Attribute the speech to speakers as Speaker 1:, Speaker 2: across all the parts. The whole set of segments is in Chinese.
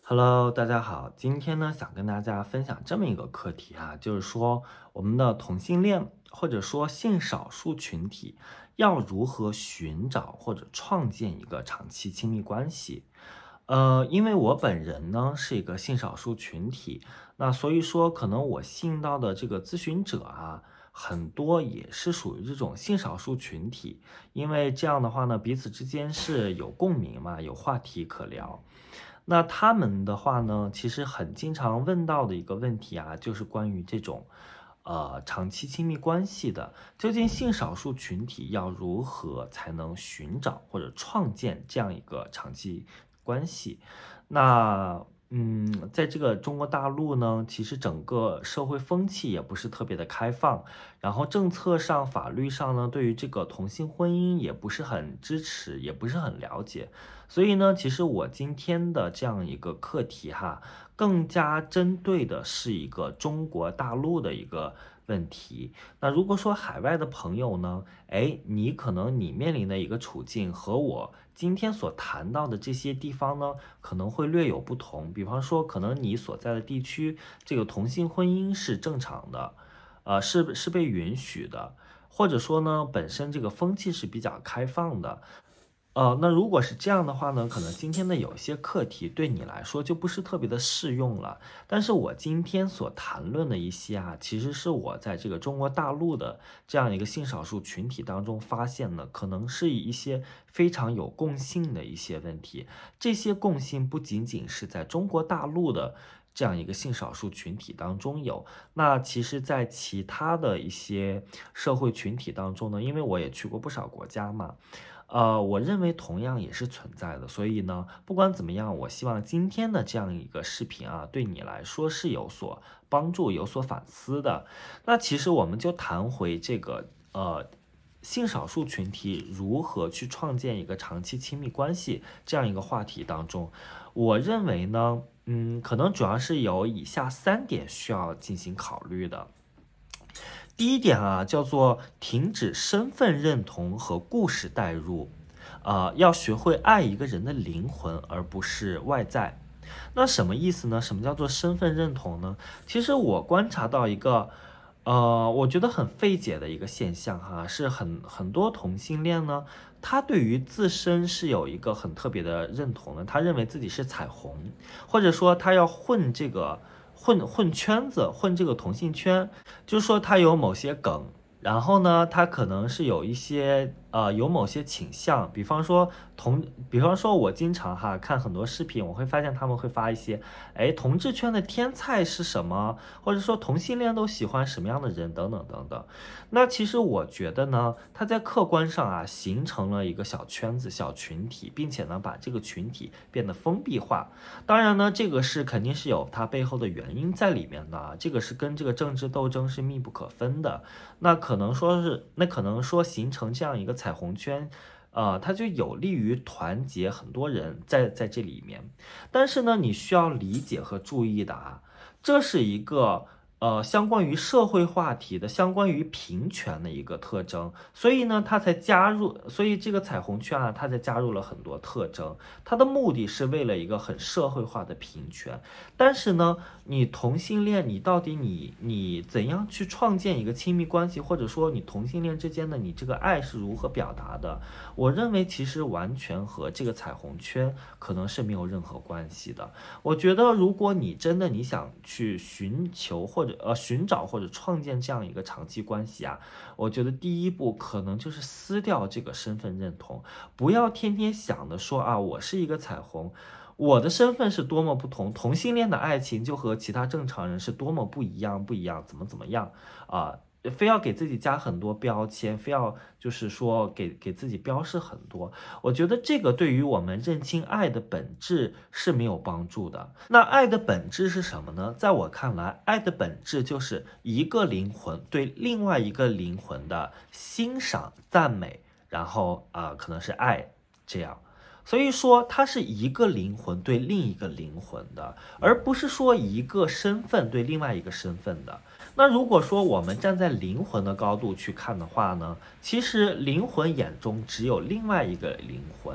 Speaker 1: Hello，大家好，今天呢想跟大家分享这么一个课题啊，就是说我们的同性恋或者说性少数群体要如何寻找或者创建一个长期亲密关系。因为我本人呢是一个性少数群体，那所以说可能我吸引到的这个咨询者啊，很多也是属于这种性少数群体，因为这样的话呢，彼此之间是有共鸣嘛，有话题可聊。那他们的话呢，其实很经常问到的一个问题啊，就是关于这种，长期亲密关系的，究竟性少数群体要如何才能寻找或者创建这样一个长期关系？那在这个中国大陆呢，其实整个社会风气也不是特别的开放，然后政策上、法律上呢，对于这个同性婚姻也不是很支持，也不是很了解。所以呢，其实我今天的这样一个课题哈，更加针对的是一个中国大陆的一个问题。那如果说海外的朋友呢，你可能你面临的一个处境和我今天所谈到的这些地方呢，可能会略有不同。比方说，可能你所在的地区这个同性婚姻是正常的，是被允许的，或者说呢，本身这个风气是比较开放的。那如果是这样的话呢，可能今天的有一些课题对你来说就不是特别的适用了。但是我今天所谈论的一些啊，其实是我在这个中国大陆的这样一个性少数群体当中发现的，可能是一些非常有共性的一些问题。这些共性不仅仅是在中国大陆的这样一个性少数群体当中有，那其实在其他的一些社会群体当中呢，因为我也去过不少国家嘛。我认为同样也是存在的，所以呢，不管怎么样，我希望今天的这样一个视频啊，对你来说是有所帮助、有所反思的。那其实我们就谈回这个性少数群体如何去创建一个长期亲密关系这样一个话题当中，我认为呢，可能主要是有以下3点需要进行考虑的。第一点啊，叫做停止身份认同和故事代入，要学会爱一个人的灵魂，而不是外在。那什么意思呢？什么叫做身份认同呢？其实我观察到一个，我觉得很费解的一个现象哈，是很多同性恋呢，他对于自身是有一个很特别的认同的，他认为自己是彩虹，或者说他要混这个混圈子，混这个同性圈，就是说他有某些梗，然后呢，他可能是有一些有某些倾向，比方说我经常哈看很多视频，我会发现他们会发一些，同志圈的天菜是什么，或者说同性恋都喜欢什么样的人等等等等。那其实我觉得呢，他在客观上啊形成了一个小圈子、小群体，并且呢把这个群体变得封闭化。当然呢，这个是肯定是有它背后的原因在里面的啊，这个是跟这个政治斗争是密不可分的。那可能说形成这样一个彩虹圈，它就有利于团结很多人在这里面。但是呢，你需要理解和注意的啊，这是一个相关于社会话题的、相关于平权的一个特征，所以呢，所以这个彩虹圈啊，它才加入了很多特征，它的目的是为了一个很社会化的平权。但是呢，你同性恋，你到底你怎样去创建一个亲密关系，或者说你同性恋之间的你这个爱是如何表达的？我认为其实完全和这个彩虹圈可能是没有任何关系的。我觉得，如果你真的你想去寻找或者创建这样一个长期关系啊，我觉得第一步可能就是撕掉这个身份认同，不要天天想着说啊，我是一个彩虹，我的身份是多么不同，同性恋的爱情就和其他正常人是多么不一样，怎么样啊？非要给自己加很多标签，非要就是说给自己标示很多，我觉得这个对于我们认清爱的本质是没有帮助的。那爱的本质是什么呢？在我看来，爱的本质就是一个灵魂对另外一个灵魂的欣赏、赞美，然后可能是爱这样。所以说，它是一个灵魂对另一个灵魂的，而不是说一个身份对另外一个身份的。那如果说我们站在灵魂的高度去看的话呢，其实灵魂眼中只有另外一个灵魂，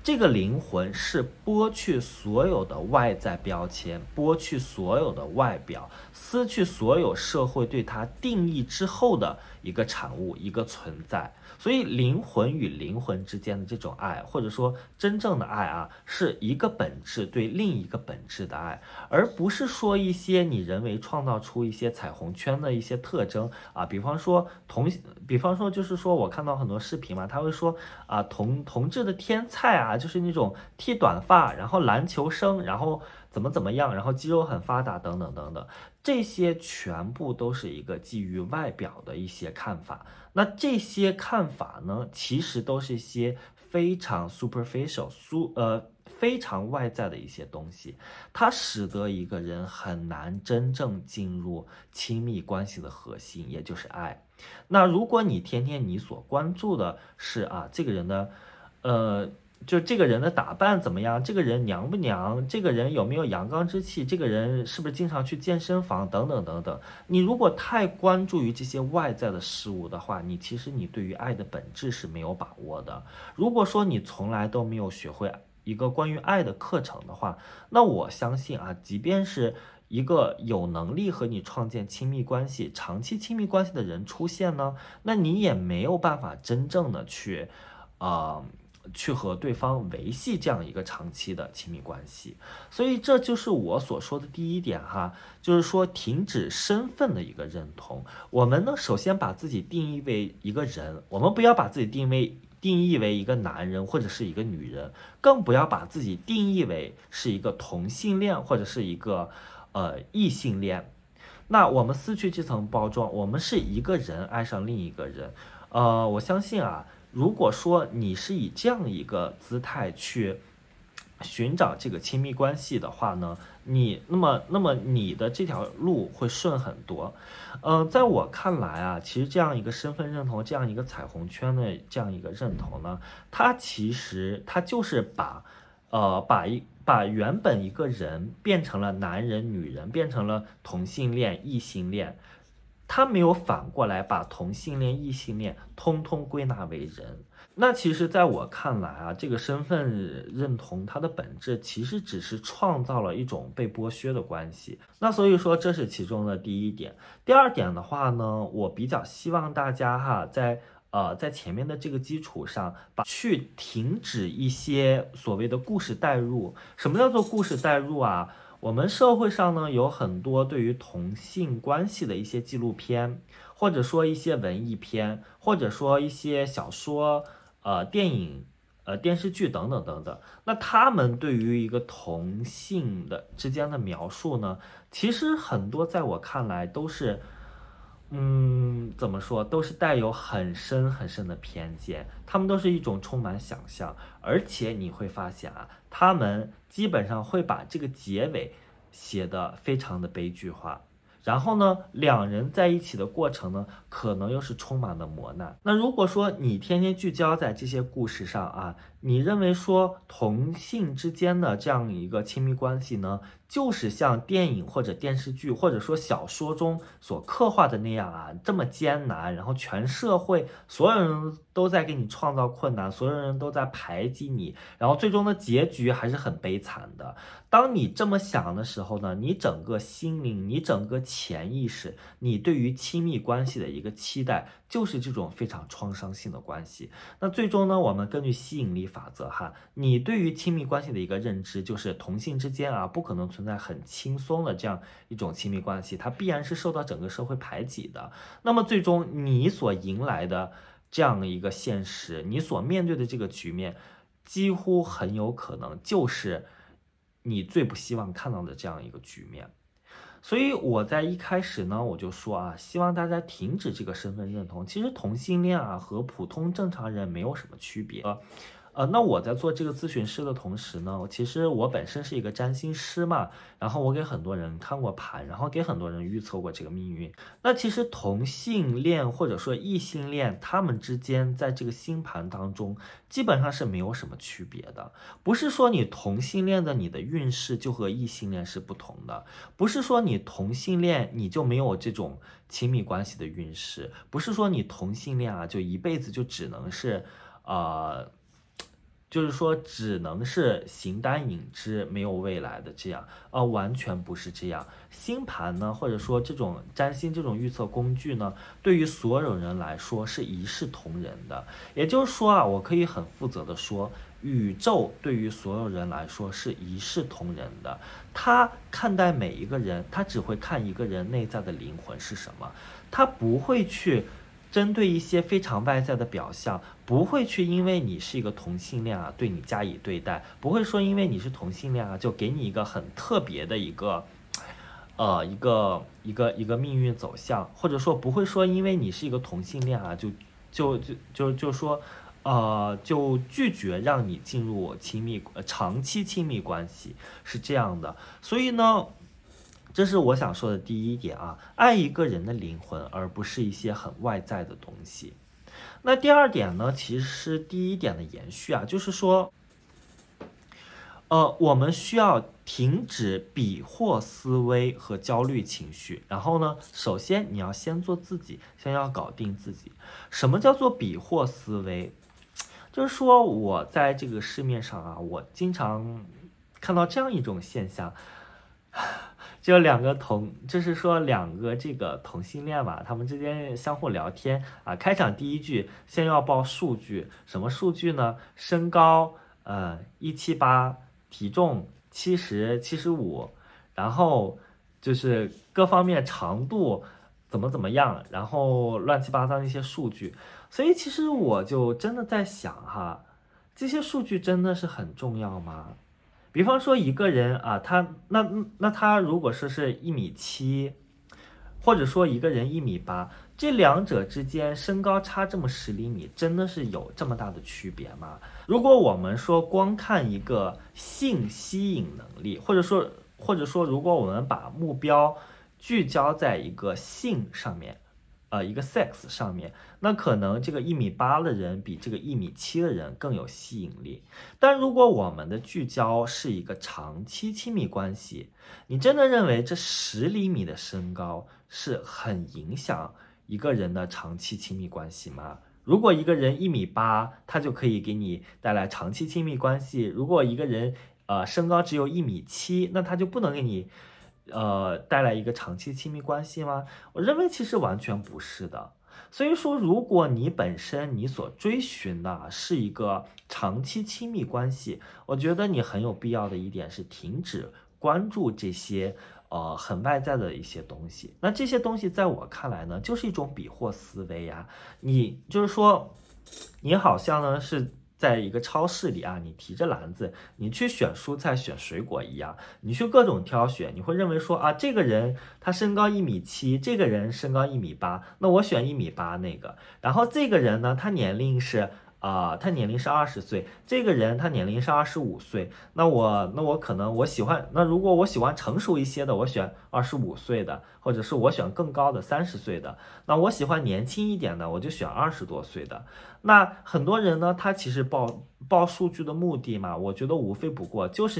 Speaker 1: 这个灵魂是剥去所有的外在标签，剥去所有的外表，撕去所有社会对它定义之后的一个产物，一个存在。所以灵魂与灵魂之间的这种爱，或者说真正的爱啊，是一个本质对另一个本质的爱，而不是说一些你人为创造出一些彩虹圈的一些特征啊，比方说就是说我看到很多视频嘛，他会说啊同志的天菜啊，就是那种剃短发，然后篮球生，然后怎么样，然后肌肉很发达等等等等，这些全部都是一个基于外表的一些看法。那这些看法呢，其实都是一些非常 superficial 非常外在的一些东西，它使得一个人很难真正进入亲密关系的核心，也就是爱。那如果你天天你所关注的是啊这个人的，就这个人的打扮怎么样，这个人娘不娘，这个人有没有阳刚之气，这个人是不是经常去健身房等等等等，你如果太关注于这些外在的事物的话，其实你对于爱的本质是没有把握的。如果说你从来都没有学会一个关于爱的课程的话，那我相信啊，即便是一个有能力和你创建亲密关系、长期亲密关系的人出现呢，那你也没有办法真正的去和对方维系这样一个长期的亲密关系。所以这就是我所说的第一点哈，就是说停止身份的一个认同。我们呢，首先把自己定义为一个人，我们不要把自己定义为一个男人或者是一个女人，更不要把自己定义为是一个同性恋或者是一个异性恋。那我们撕去这层包装，我们是一个人爱上另一个人。我相信啊，如果说你是以这样一个姿态去寻找这个亲密关系的话呢，那么你的这条路会顺很多。在我看来啊，其实这样一个身份认同，这样一个彩虹圈的这样一个认同呢，它就是把原本一个人变成了男人、女人，变成了同性恋、异性恋，他没有反过来把同性恋、异性恋通通归纳为人。那其实在我看来啊，这个身份认同它的本质其实只是创造了一种被剥削的关系。那所以说这是其中的第一点。第二点的话呢，我比较希望大家哈，在前面的这个基础上，去停止一些所谓的故事代入。什么叫做故事代入啊？我们社会上呢有很多对于同性关系的一些纪录片，或者说一些文艺片，或者说一些小说、电影、电视剧等等等等。那他们对于一个同性的之间的描述呢，其实很多在我看来都是。怎么说，都是带有很深很深的偏见，他们都是一种充满想象，而且你会发现啊，他们基本上会把这个结尾写得非常的悲剧化。然后呢，两人在一起的过程呢，可能又是充满了磨难。那如果说你天天聚焦在这些故事上啊，你认为说同性之间的这样一个亲密关系呢，就是像电影或者电视剧或者说小说中所刻画的那样啊，这么艰难，然后全社会所有人都在给你创造困难，所有人都在排挤你，然后最终的结局还是很悲惨的。当你这么想的时候呢，你整个心灵，你整个潜意识，你对于亲密关系的一个期待，就是这种非常创伤性的关系。那最终呢，我们根据吸引力法则哈，你对于亲密关系的一个认知，就是同性之间啊，不可能存在很轻松的这样一种亲密关系，它必然是受到整个社会排挤的。那么最终你所迎来的这样的一个现实，你所面对的这个局面，几乎很有可能就是你最不希望看到的这样一个局面。所以我在一开始呢，我就说啊，希望大家停止这个身份认同。其实同性恋啊和普通正常人没有什么区别。那我在做这个咨询师的同时呢，其实我本身是一个占星师嘛，然后我给很多人看过盘，然后给很多人预测过这个命运。那其实同性恋或者说异性恋，他们之间在这个星盘当中基本上是没有什么区别的。不是说你同性恋的你的运势就和异性恋是不同的，不是说你同性恋你就没有这种亲密关系的运势，不是说你同性恋啊就一辈子就只能是就是说只能是形单影只，没有未来的这样，完全不是这样。星盘呢，或者说这种占星这种预测工具呢，对于所有人来说是一视同仁的。也就是说啊，我可以很负责的说，宇宙对于所有人来说是一视同仁的。他看待每一个人，他只会看一个人内在的灵魂是什么，他不会去针对一些非常外在的表象，不会去因为你是一个同性恋啊，对你加以对待，不会说因为你是同性恋啊，就给你一个很特别的一个命运走向，或者说不会说因为你是一个同性恋啊，就拒绝让你进入长期亲密关系，是这样的。所以呢，这是我想说的第一点啊，爱一个人的灵魂，而不是一些很外在的东西。那第二点呢，其实是第一点的延续啊，就是说，我们需要停止比货思维和焦虑情绪。然后呢，首先你要先做自己，先要搞定自己。什么叫做比货思维？就是说我在这个市面上啊，我经常看到这样一种现象，就就是说两个这个同性恋嘛，他们之间相互聊天啊，开场第一句先要报数据，什么数据呢？身高178，体重70、75，然后就是各方面长度怎么样，然后乱七八糟的一些数据。所以其实我就真的在想哈，这些数据真的是很重要吗？比方说一个人啊，他如果说是1米7，或者说一个人1米8，这两者之间身高差这么10厘米，真的是有这么大的区别吗？如果我们说光看一个性吸引能力，或者说如果我们把目标聚焦在一个性上面，一个 sex 上面，那可能这个1米8的人比这个1米7的人更有吸引力。但如果我们的聚焦是一个长期亲密关系，你真的认为这10厘米的身高是很影响一个人的长期亲密关系吗？如果一个人1米8，他就可以给你带来长期亲密关系；如果一个人身高只有1米7，那他就不能给你带来一个长期亲密关系吗？我认为其实完全不是的。所以说，如果你本身你所追寻的是一个长期亲密关系，我觉得你很有必要的一点是停止关注这些很外在的一些东西。那这些东西在我看来呢，就是一种比货思维呀。你就是说，你好像呢是在一个超市里啊，你提着篮子，你去选蔬菜、选水果一样，你去各种挑选，你会认为说啊，这个人他身高1米7，这个人身高1米8，那我选1米8那个。然后这个人呢，他年龄是20岁，这个人他年龄是25岁，那我可能我喜欢，那如果我喜欢成熟一些的，我选25岁的，或者是我选更高的30岁的，那我喜欢年轻一点的，我就选20多岁的。那很多人呢，他其实报数据的目的嘛，我觉得无非不过就是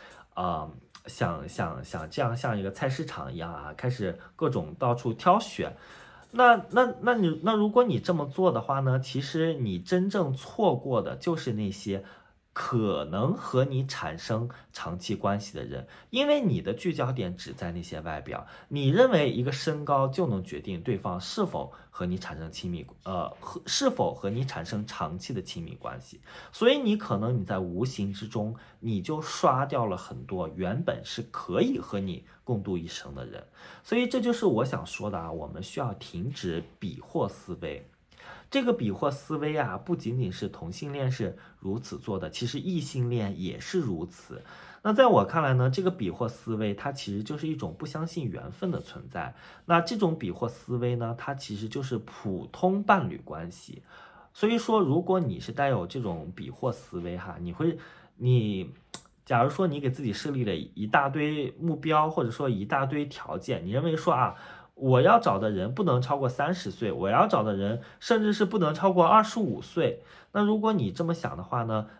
Speaker 1: 想这样像一个菜市场一样啊，开始各种到处挑选。那如果你这么做的话呢，其实你真正错过的就是那些可能和你产生长期关系的人，因为你的聚焦点只在那些外表，你认为一个身高就能决定对方是否和你产生是否和你产生长期的亲密关系，所以你可能你在无形之中你就刷掉了很多原本是可以和你共度一生的人。所以这就是我想说的啊，我们需要停止比货思维。这个比货思维啊，不仅仅是同性恋是如此做的，其实异性恋也是如此。那在我看来呢，这个比货思维它其实就是一种不相信缘分的存在。那这种比货思维呢，它其实就是普通伴侣关系。所以说，如果你是带有这种比货思维哈，假如说你给自己设立了一大堆目标，或者说一大堆条件，你认为说啊，我要找的人不能超过30岁，我要找的人甚至是不能超过25岁。那如果你这么想的话呢，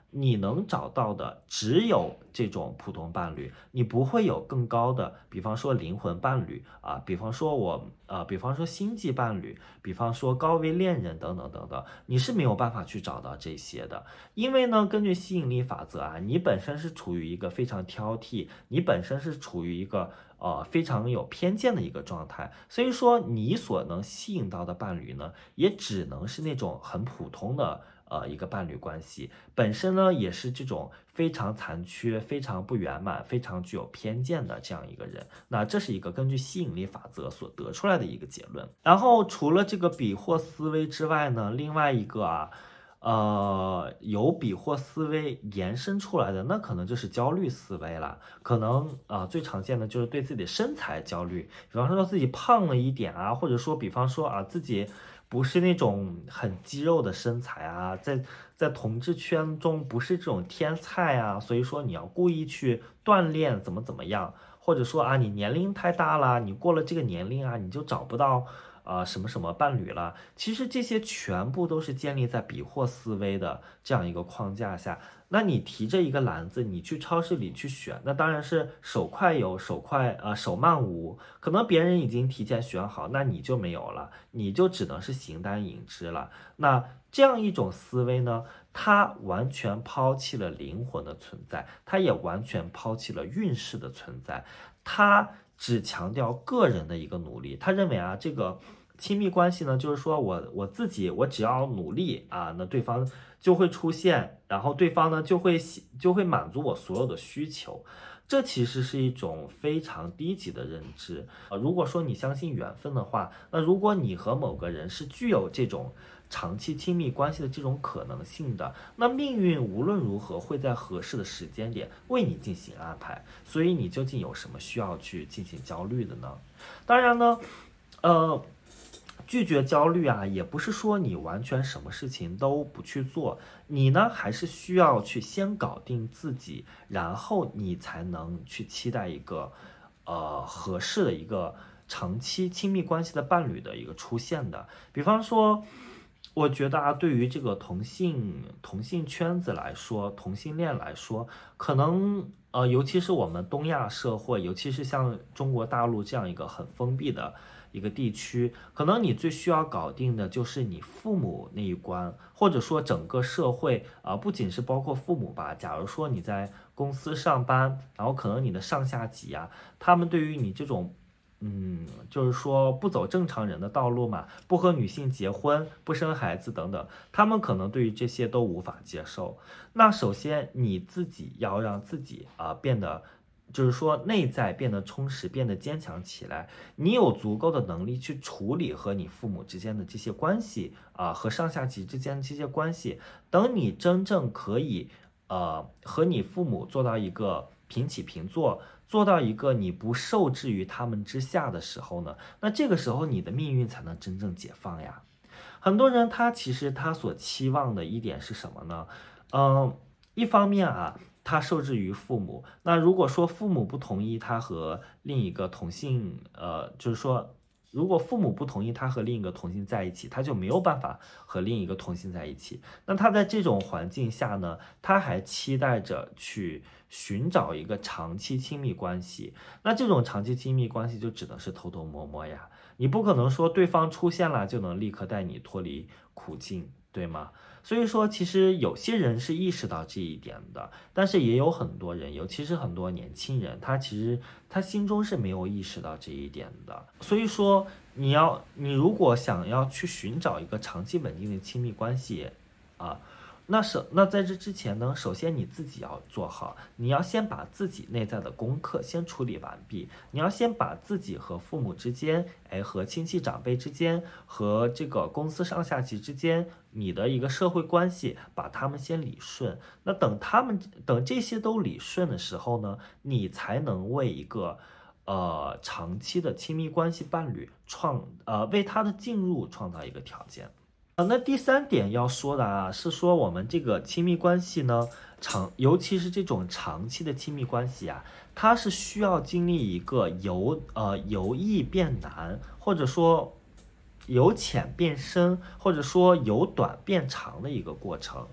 Speaker 1: 你能找到的只有这种普通伴侣，你不会有更高的，比方说灵魂伴侣啊，比方说星际伴侣，比方说高维恋人等等等等，你是没有办法去找到这些的。因为呢，根据吸引力法则啊，你本身是处于一个非常挑剔，你本身是处于一个非常有偏见的一个状态，所以说你所能吸引到的伴侣呢，也只能是那种很普通的一个伴侣关系，本身呢也是这种非常残缺、非常不圆满、非常具有偏见的这样一个人。那这是一个根据吸引力法则所得出来的一个结论。然后除了这个比获思维之外呢，另外一个由比获思维延伸出来的，那可能就是焦虑思维了。可能最常见的就是对自己的身材焦虑，比方说自己胖了一点啊，或者说比方说自己不是那种很肌肉的身材啊，在同志圈中不是这种天菜啊，所以说你要故意去锻炼，怎么样，或者说你年龄太大了，你过了这个年龄啊，你就找不到什么什么伴侣了。其实这些全部都是建立在比获思维的这样一个框架下。那你提着一个篮子，你去超市里去选，那当然是手快有，手慢无。可能别人已经提前选好，那你就没有了，你就只能是形单影只了。那这样一种思维呢，它完全抛弃了灵魂的存在，它也完全抛弃了运势的存在，它只强调个人的一个努力。他认为这个亲密关系呢，就是说我自己我只要努力那对方就会出现，然后对方呢就会满足我所有的需求。这其实是一种非常低级的认知。如果说你相信缘分的话，那如果你和某个人是具有这种长期亲密关系的这种可能性的，那命运无论如何会在合适的时间点为你进行安排。所以你究竟有什么需要去进行焦虑的呢？当然呢，拒绝焦虑也不是说你完全什么事情都不去做，你呢还是需要去先搞定自己，然后你才能去期待一个合适的一个长期亲密关系的伴侣的一个出现的。比方说，我觉得对于这个同性圈子来说，同性恋来说，可能尤其是我们东亚社会，尤其是像中国大陆这样一个很封闭的一个地区，可能你最需要搞定的就是你父母那一关，或者说整个社会不仅是包括父母吧。假如说你在公司上班，然后可能你的上下级他们对于你这种就是说不走正常人的道路嘛，不和女性结婚，不生孩子等等，他们可能对于这些都无法接受。那首先你自己要让自己变得，就是说内在变得充实，变得坚强起来。你有足够的能力去处理和你父母之间的这些关系和上下级之间的这些关系。等你真正可以和你父母做到一个平起平坐，做到一个你不受制于他们之下的时候呢，那这个时候你的命运才能真正解放呀。很多人其实他所期望的一点是什么呢？一方面他受制于父母，那如果说父母不同意他和另一个同性，就是说，如果父母不同意他和另一个同性在一起，他就没有办法和另一个同性在一起。那他在这种环境下呢，他还期待着去寻找一个长期亲密关系。那这种长期亲密关系就只能是偷偷摸摸呀，你不可能说对方出现了就能立刻带你脱离苦境，对吗？所以说，其实有些人是意识到这一点的，但是也有很多人，尤其是很多年轻人，他心中是没有意识到这一点的。所以说，你如果想要去寻找一个长期稳定的亲密关系啊，那在这之前呢，首先你自己要做好，你要先把自己内在的功课先处理完毕，你要先把自己和父母之间，和亲戚长辈之间，和这个公司上下级之间，你的一个社会关系，把他们先理顺。那等这些都理顺的时候呢，你才能为一个长期的亲密关系伴侣为他的进入创造一个条件。那第三点要说的是说我们这个亲密关系呢，尤其是这种长期的亲密关系它是需要经历一个由易变难，或者说由浅变深，或者说由短变长的一个过程。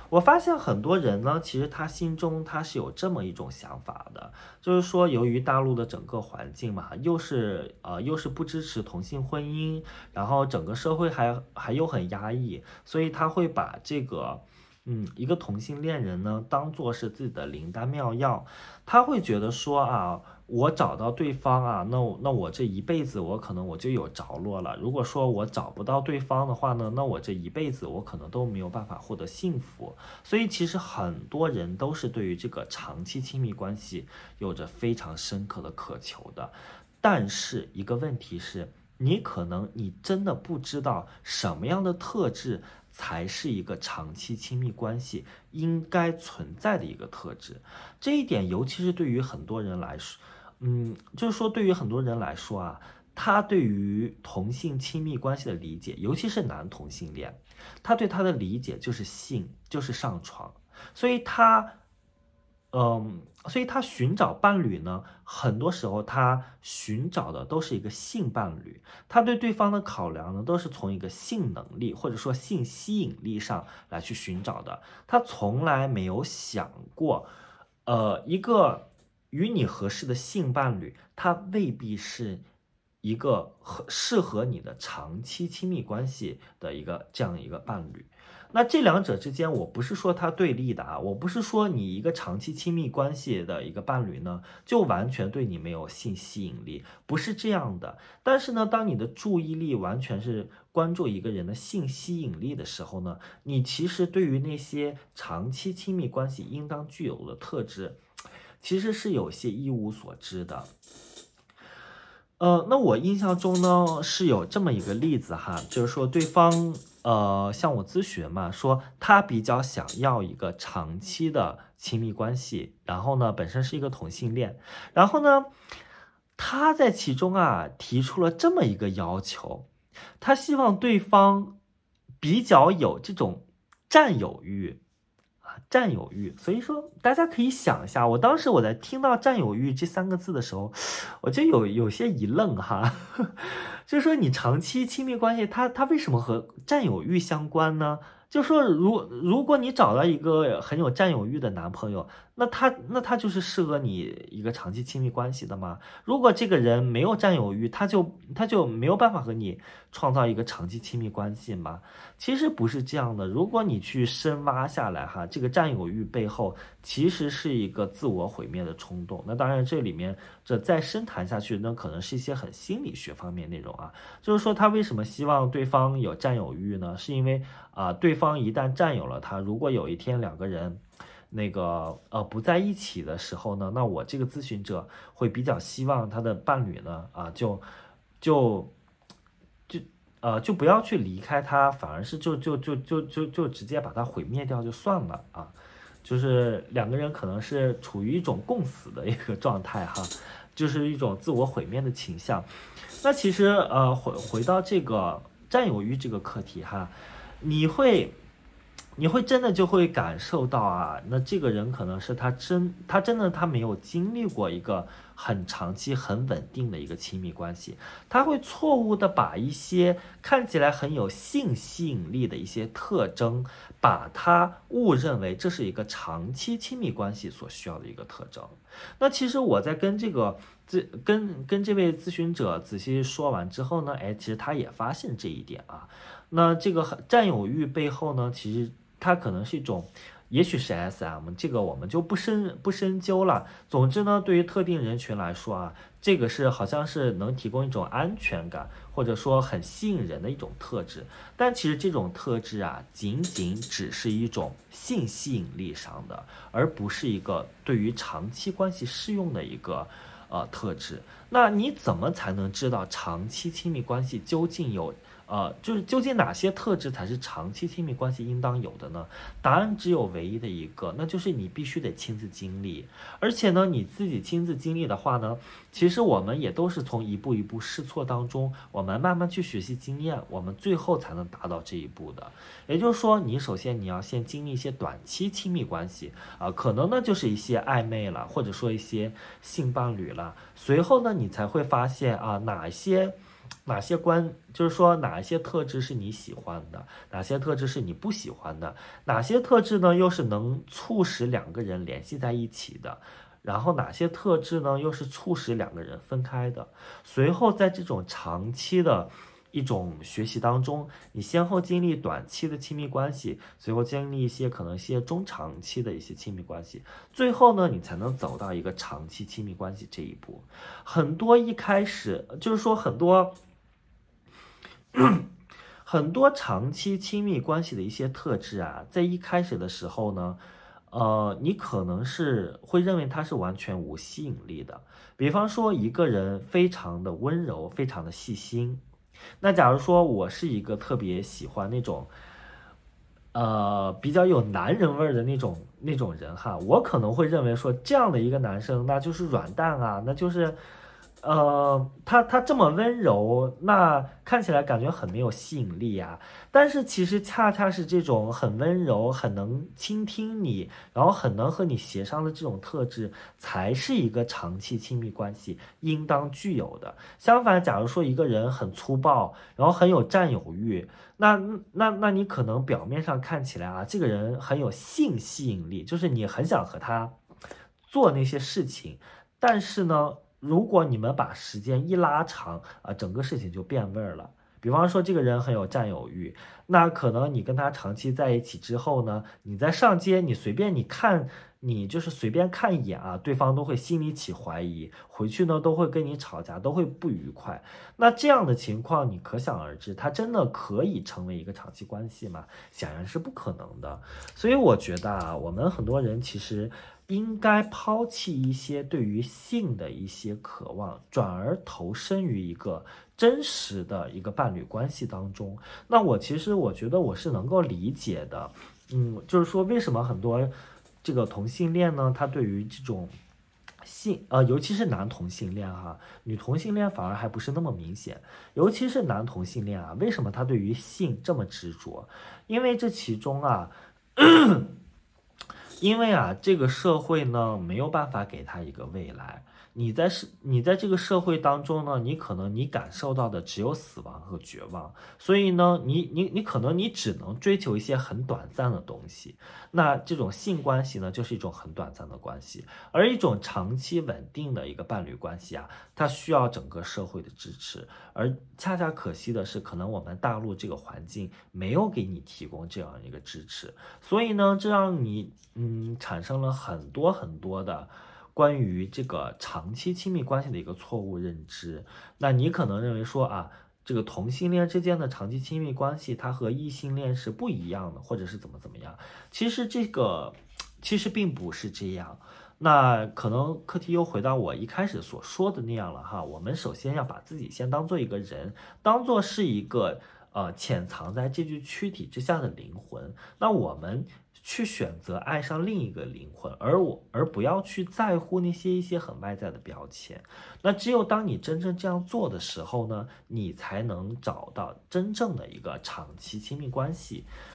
Speaker 1: 我发现很多人呢，其实他心中他是有这么一种想法的，就是说，由于大陆的整个环境嘛，又是不支持同性婚姻，然后整个社会还又很压抑，所以他会把这个。一个同性恋人呢，当做是自己的灵丹妙药，他会觉得说啊，我找到对方啊，那我这一辈子我可能就有着落了。如果说我找不到对方的话呢，那我这一辈子我可能都没有办法获得幸福。所以其实很多人都是对于这个长期亲密关系有着非常深刻的渴求的。但是一个问题是，你真的不知道什么样的特质才是一个长期亲密关系应该存在的一个特质。这一点，尤其是对于很多人来说，就是说对于很多人来说啊，他对于同性亲密关系的理解，尤其是男同性恋，他对他的理解就是性，就是上床，所以他寻找伴侣呢，很多时候他寻找的都是一个性伴侣，他对对方的考量呢，都是从一个性能力或者说性吸引力上来去寻找的，他从来没有想过，一个与你合适的性伴侣，他未必是一个适合你的长期亲密关系的这样一个伴侣。那这两者之间，我不是说它对立的啊，我不是说你一个长期亲密关系的一个伴侣呢，就完全对你没有性吸引力，不是这样的。但是呢，当你的注意力完全是关注一个人的性吸引力的时候呢，你其实对于那些长期亲密关系应当具有的特质，其实是有些一无所知的。那我印象中呢是有这么一个例子哈，就是说对方向我咨询嘛，说他比较想要一个长期的亲密关系，然后呢本身是一个同性恋，然后呢他在其中啊提出了这么一个要求，他希望对方比较有这种占有欲。占有欲，所以说大家可以想一下，我当时在听到占有欲这三个字的时候，我就有些一愣哈，就是说你长期亲密关系，它为什么和占有欲相关呢？就说如果你找到一个很有占有欲的男朋友，那他就是适合你一个长期亲密关系的吗？如果这个人没有占有欲，他就没有办法和你创造一个长期亲密关系吗？其实不是这样的。如果你去深挖下来哈，这个占有欲背后其实是一个自我毁灭的冲动。那当然，这里面再深谈下去，那可能是一些很心理学方面内容啊。就是说，他为什么希望对方有占有欲呢？是因为对方一旦占有了他，如果有一天两个人不在一起的时候呢，那我这个咨询者会比较希望他的伴侣呢就就不要去离开他，反而是就直接把他毁灭掉就算了啊。就是两个人可能是处于一种共死的一个状态哈，就是一种自我毁灭的倾向。那其实回到这个占有欲这个课题哈，你会真的就会感受到啊，那这个人可能是他真的他没有经历过一个很长期很稳定的一个亲密关系，他会错误的把一些看起来很有性吸引力的一些特征，把它误认为这是一个长期亲密关系所需要的一个特征。那其实我在跟这位咨询者仔细说完之后呢，其实他也发现这一点啊。那这个占有欲背后呢，其实它可能是一种，也许是 SM，这个我们就不深究了。总之呢，对于特定人群来说啊，这个是好像是能提供一种安全感，或者说很吸引人的一种特质。但其实这种特质啊，仅仅只是一种性吸引力上的，而不是一个对于长期关系适用的一个特质。那你怎么才能知道长期亲密关系就是究竟哪些特质才是长期亲密关系应当有的呢？答案只有唯一的一个，那就是你必须得亲自经历。而且呢，你自己亲自经历的话呢，其实我们也都是从一步一步试错当中，我们慢慢去学习经验，我们最后才能达到这一步的。也就是说，你首先你要先经历一些短期亲密关系可能呢就是一些暧昧了，或者说一些性伴侣了，随后呢你才会发现哪些就是说哪一些特质是你喜欢的，哪些特质是你不喜欢的，哪些特质呢又是能促使两个人联系在一起的，然后哪些特质呢又是促使两个人分开的。随后在这种长期的一种学习当中，你先后经历短期的亲密关系，随后经历可能一些中长期的一些亲密关系，最后呢，你才能走到一个长期亲密关系这一步。很多一开始就是说很多长期亲密关系的一些特质啊，在一开始的时候呢，你可能是会认为它是完全无吸引力的。比方说，一个人非常的温柔，非常的细心。那假如说我是一个特别喜欢那种比较有男人味儿的那种人哈，我可能会认为说这样的一个男生那就是软蛋啊，那就是他这么温柔，那看起来感觉很没有吸引力啊。但是其实恰恰是这种很温柔、很能倾听你，然后很能和你协商的这种特质，才是一个长期亲密关系应当具有的。相反，假如说一个人很粗暴，然后很有占有欲，那你可能表面上看起来啊，这个人很有性吸引力，就是你很想和他做那些事情，但是呢，如果你们把时间一拉长啊，整个事情就变味儿了。比方说，这个人很有占有欲，那可能你跟他长期在一起之后呢，你在上街，你随便你看，你就是随便看一眼啊，对方都会心里起怀疑，回去呢都会跟你吵架，都会不愉快。那这样的情况，你可想而知，他真的可以成为一个长期关系吗？显然是不可能的。所以我觉得啊，我们很多人其实应该抛弃一些对于性的一些渴望，转而投身于一个真实的一个伴侣关系当中。那我觉得我是能够理解的，就是说为什么很多这个同性恋呢，他对于这种尤其是男同性恋哈，女同性恋反而还不是那么明显。尤其是男同性恋啊，为什么他对于性这么执着？因为这其中啊，因为啊，这个社会呢没有办法给他一个未来。你在这个社会当中呢，你感受到的只有死亡和绝望，所以呢，你可能你只能追求一些很短暂的东西。那这种性关系呢，就是一种很短暂的关系，而一种长期稳定的一个伴侣关系啊，它需要整个社会的支持。而恰恰可惜的是，可能我们大陆这个环境没有给你提供这样一个支持。所以呢，这让你产生了很多很多的关于这个长期亲密关系的一个错误认知。那你可能认为说啊，这个同性恋之间的长期亲密关系，它和异性恋是不一样的，或者是怎么样。其实并不是这样。那可能课题又回到我一开始所说的那样了哈。我们首先要把自己先当做一个人，当做是一个潜藏在这具躯体之下的灵魂。那我们去选择爱上另一个灵魂，而不要去在乎那些一些很外在的标签。那只有当你真正这样做的时候呢，你才能找到真正的一个长期亲密关系。